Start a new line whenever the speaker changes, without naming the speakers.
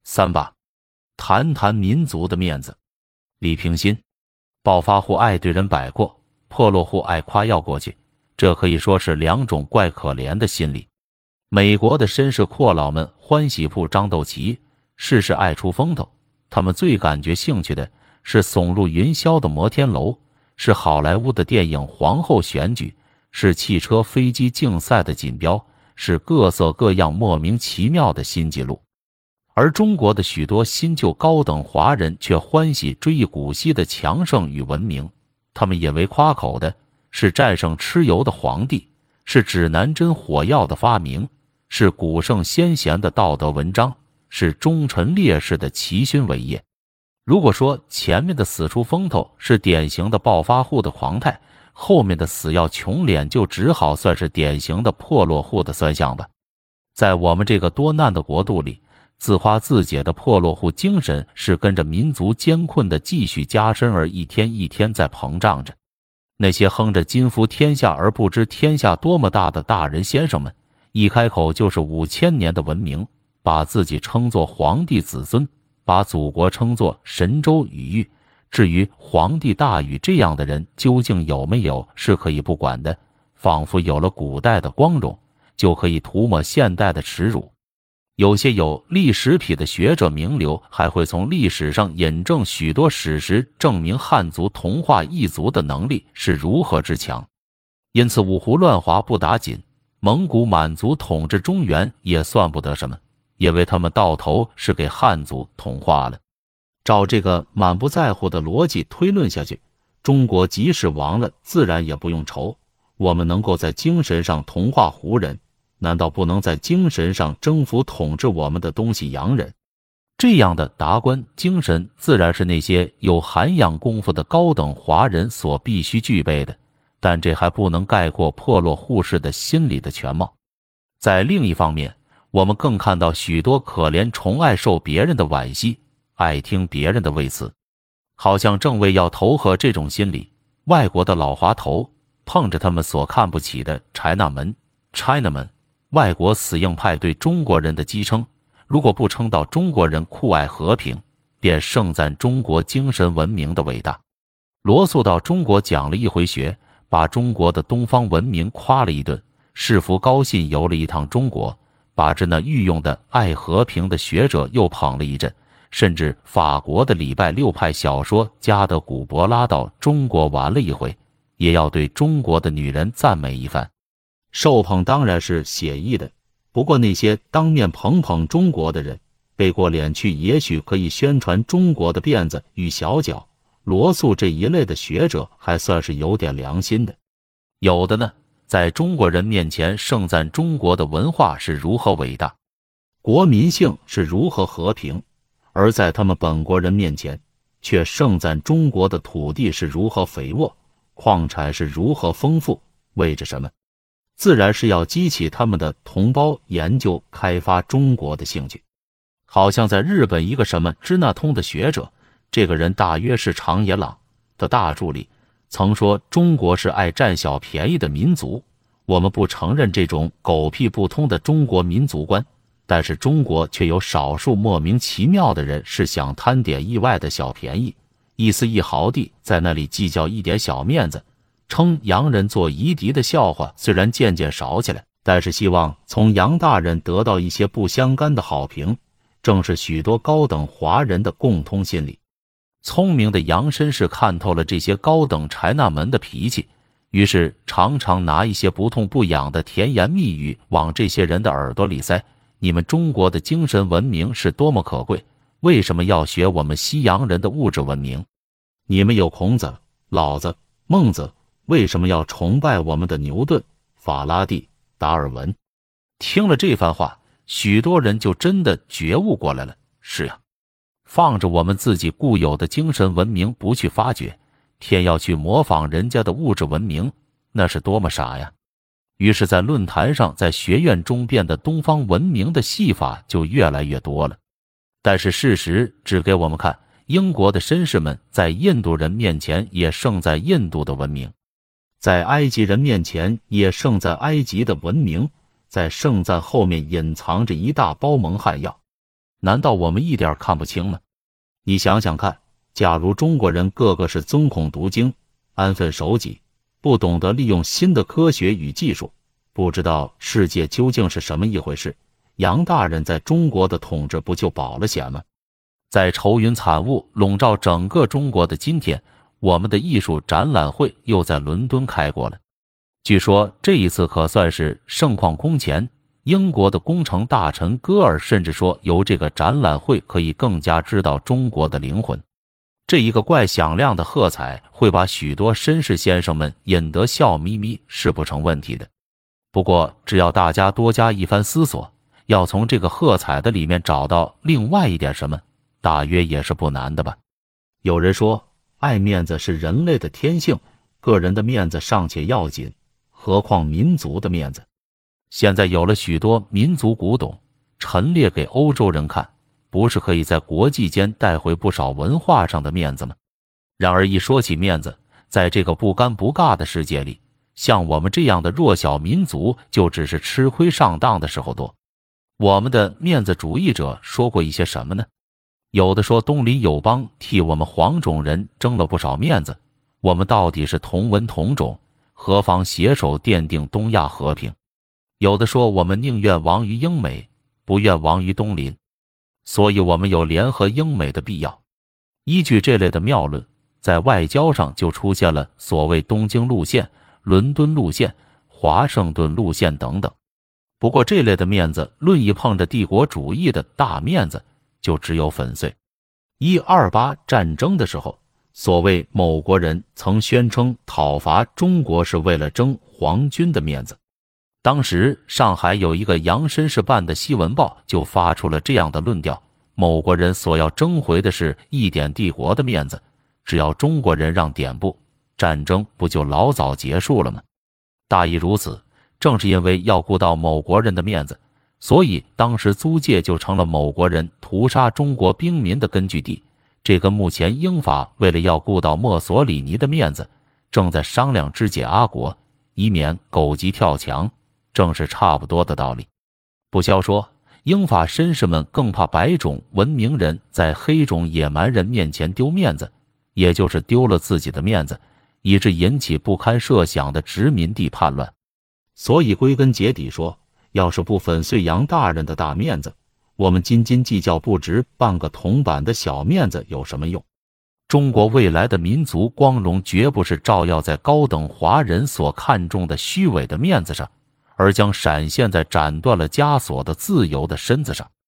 3吧，谈谈民族的面子。李平心，暴发户爱对人摆阔，破落户爱夸耀过去，这可以说是两种怪可怜的心理。美国的绅士阔佬们欢喜铺张斗旗，事事爱出风头，他们最感觉兴趣的是耸入云霄的摩天楼，是好莱坞的电影皇后选举，是汽车飞机竞赛的锦标，是各色各样莫名其妙的新纪录。而中国的许多新旧高等华人却欢喜追忆古稀的强盛与文明，他们引为夸口的是战胜蚩尤的皇帝，是指南针火药的发明，是古圣先贤的道德文章，是忠臣烈士的奇勋伟业。如果说前面的死出风头是典型的暴发户的狂态，后面的死要穷脸就只好算是典型的破落户的酸相吧。在我们这个多难的国度里，自夸自解的破落户精神是跟着民族艰困的继续加深而一天一天在膨胀着。那些哼着今夫天下而不知天下多么大的大人先生们，一开口就是5000年的文明，把自己称作皇帝子孙，把祖国称作神州羽域。至于皇帝大禹这样的人究竟有没有是可以不管的，仿佛有了古代的光荣，就可以涂抹现代的耻辱。有些有历史癖的学者名流还会从历史上引证许多史实，证明汉族同化异族的能力是如何之强。因此五胡乱华不打紧，蒙古满族统治中原也算不得什么，因为他们到头是给汉族同化了。照这个满不在乎的逻辑推论下去，中国即使亡了，自然也不用愁，我们能够在精神上同化胡人，难道不能在精神上征服统治我们的东西洋人？这样的达观精神自然是那些有涵养功夫的高等华人所必须具备的，但这还不能概括破落户士的心理的全貌。在另一方面，我们更看到许多可怜虫爱受别人的惋惜，爱听别人的慰词，好像正为要投合这种心理，外国的老滑头碰着他们所看不起的 Chinaman， 外国死硬派对中国人的讥称，如果不称到中国人酷爱和平，便盛赞中国精神文明的伟大。罗素到中国讲了一回学，把中国的东方文明夸了一顿，是福高兴游了一趟中国，把这那御用的爱和平的学者又捧了一阵，甚至法国的礼拜六派小说家的古柏拉到中国玩了一回，也要对中国的女人赞美一番。受捧当然是写意的，不过那些当面捧中国的人，背过脸去也许可以宣传中国的辫子与小脚，罗素这一类的学者还算是有点良心的。有的呢，在中国人面前盛赞中国的文化是如何伟大，国民性是如何和平，而在他们本国人面前却盛赞中国的土地是如何肥沃，矿产是如何丰富，为着什么？自然是要激起他们的同胞研究开发中国的兴趣。好像在日本一个什么支那通的学者，这个人大约是长野朗的大助理，曾说中国是爱占小便宜的民族。我们不承认这种狗屁不通的中国民族观，但是中国却有少数莫名其妙的人是想贪点意外的小便宜，一丝一毫地在那里计较一点小面子。称洋人做夷狄的笑话虽然渐渐少起来，但是希望从洋大人得到一些不相干的好评，正是许多高等华人的共通心理。聪明的洋绅士看透了这些高等柴纳门的脾气，于是常常拿一些不痛不痒的甜言蜜语往这些人的耳朵里塞。你们中国的精神文明是多么可贵，为什么要学我们西洋人的物质文明？你们有孔子、老子、孟子，为什么要崇拜我们的牛顿、法拉第、达尔文？听了这番话，许多人就真的觉悟过来了。是呀，放着我们自己固有的精神文明不去发掘，偏要去模仿人家的物质文明，那是多么傻呀！于是在论坛上，在学院中变得东方文明的戏法就越来越多了。但是事实只给我们看，英国的绅士们在印度人面前也胜在印度的文明，在埃及人面前也胜在埃及的文明，在盛赞后面隐藏着一大包蒙汗药。 难道我们一点看不清吗？你想想看，假如中国人个个是遵孔读经，安分守己，不懂得利用新的科学与技术，不知道世界究竟是什么一回事，杨大人在中国的统治不就保了险吗？在愁云惨雾笼罩整个中国的今天，我们的艺术展览会又在伦敦开过了。据说这一次可算是盛况空前，英国的工程大臣戈尔甚至说，由这个展览会可以更加知道中国的灵魂。这一个怪响亮的喝彩会把许多绅士先生们引得笑眯眯是不成问题的。不过只要大家多加一番思索，要从这个喝彩的里面找到另外一点什么，大约也是不难的吧。有人说，爱面子是人类的天性，个人的面子尚且要紧，何况民族的面子。现在有了许多民族古董陈列给欧洲人看，不是可以在国际间带回不少文化上的面子吗？然而一说起面子，在这个不尴不尬的世界里，像我们这样的弱小民族就只是吃亏上当的时候多。我们的面子主义者说过一些什么呢？有的说东邻友邦替我们黄种人争了不少面子，我们到底是同文同种，何妨携手奠定东亚和平。有的说我们宁愿亡于英美，不愿亡于东邻，所以我们有联合英美的必要。依据这类的谬论，在外交上就出现了所谓东京路线、伦敦路线、华盛顿路线等等。不过这类的面子论一碰着帝国主义的大面子，就只有粉碎。128战争的时候，所谓某国人曾宣称讨伐中国是为了争皇军的面子。当时上海有一个洋绅士办的西文报就发出了这样的论调，某国人所要争回的是一点帝国的面子，只要中国人让点步，战争不就老早结束了吗？大意如此，正是因为要顾到某国人的面子，所以当时租界就成了某国人屠杀中国兵民的根据地。这跟目前英法为了要顾到墨索里尼的面子，正在商量肢解阿国，以免狗急跳墙，正是差不多的道理。不消说，英法绅士们更怕白种文明人在黑种野蛮人面前丢面子，也就是丢了自己的面子，以致引起不堪设想的殖民地叛乱。所以归根结底说，要是不粉碎杨大人的大面子，我们斤斤计较不值半个铜板的小面子有什么用？中国未来的民族光荣绝不是照耀在高等华人所看重的虚伪的面子上，而将闪现在斩断了枷锁的自由的身子上。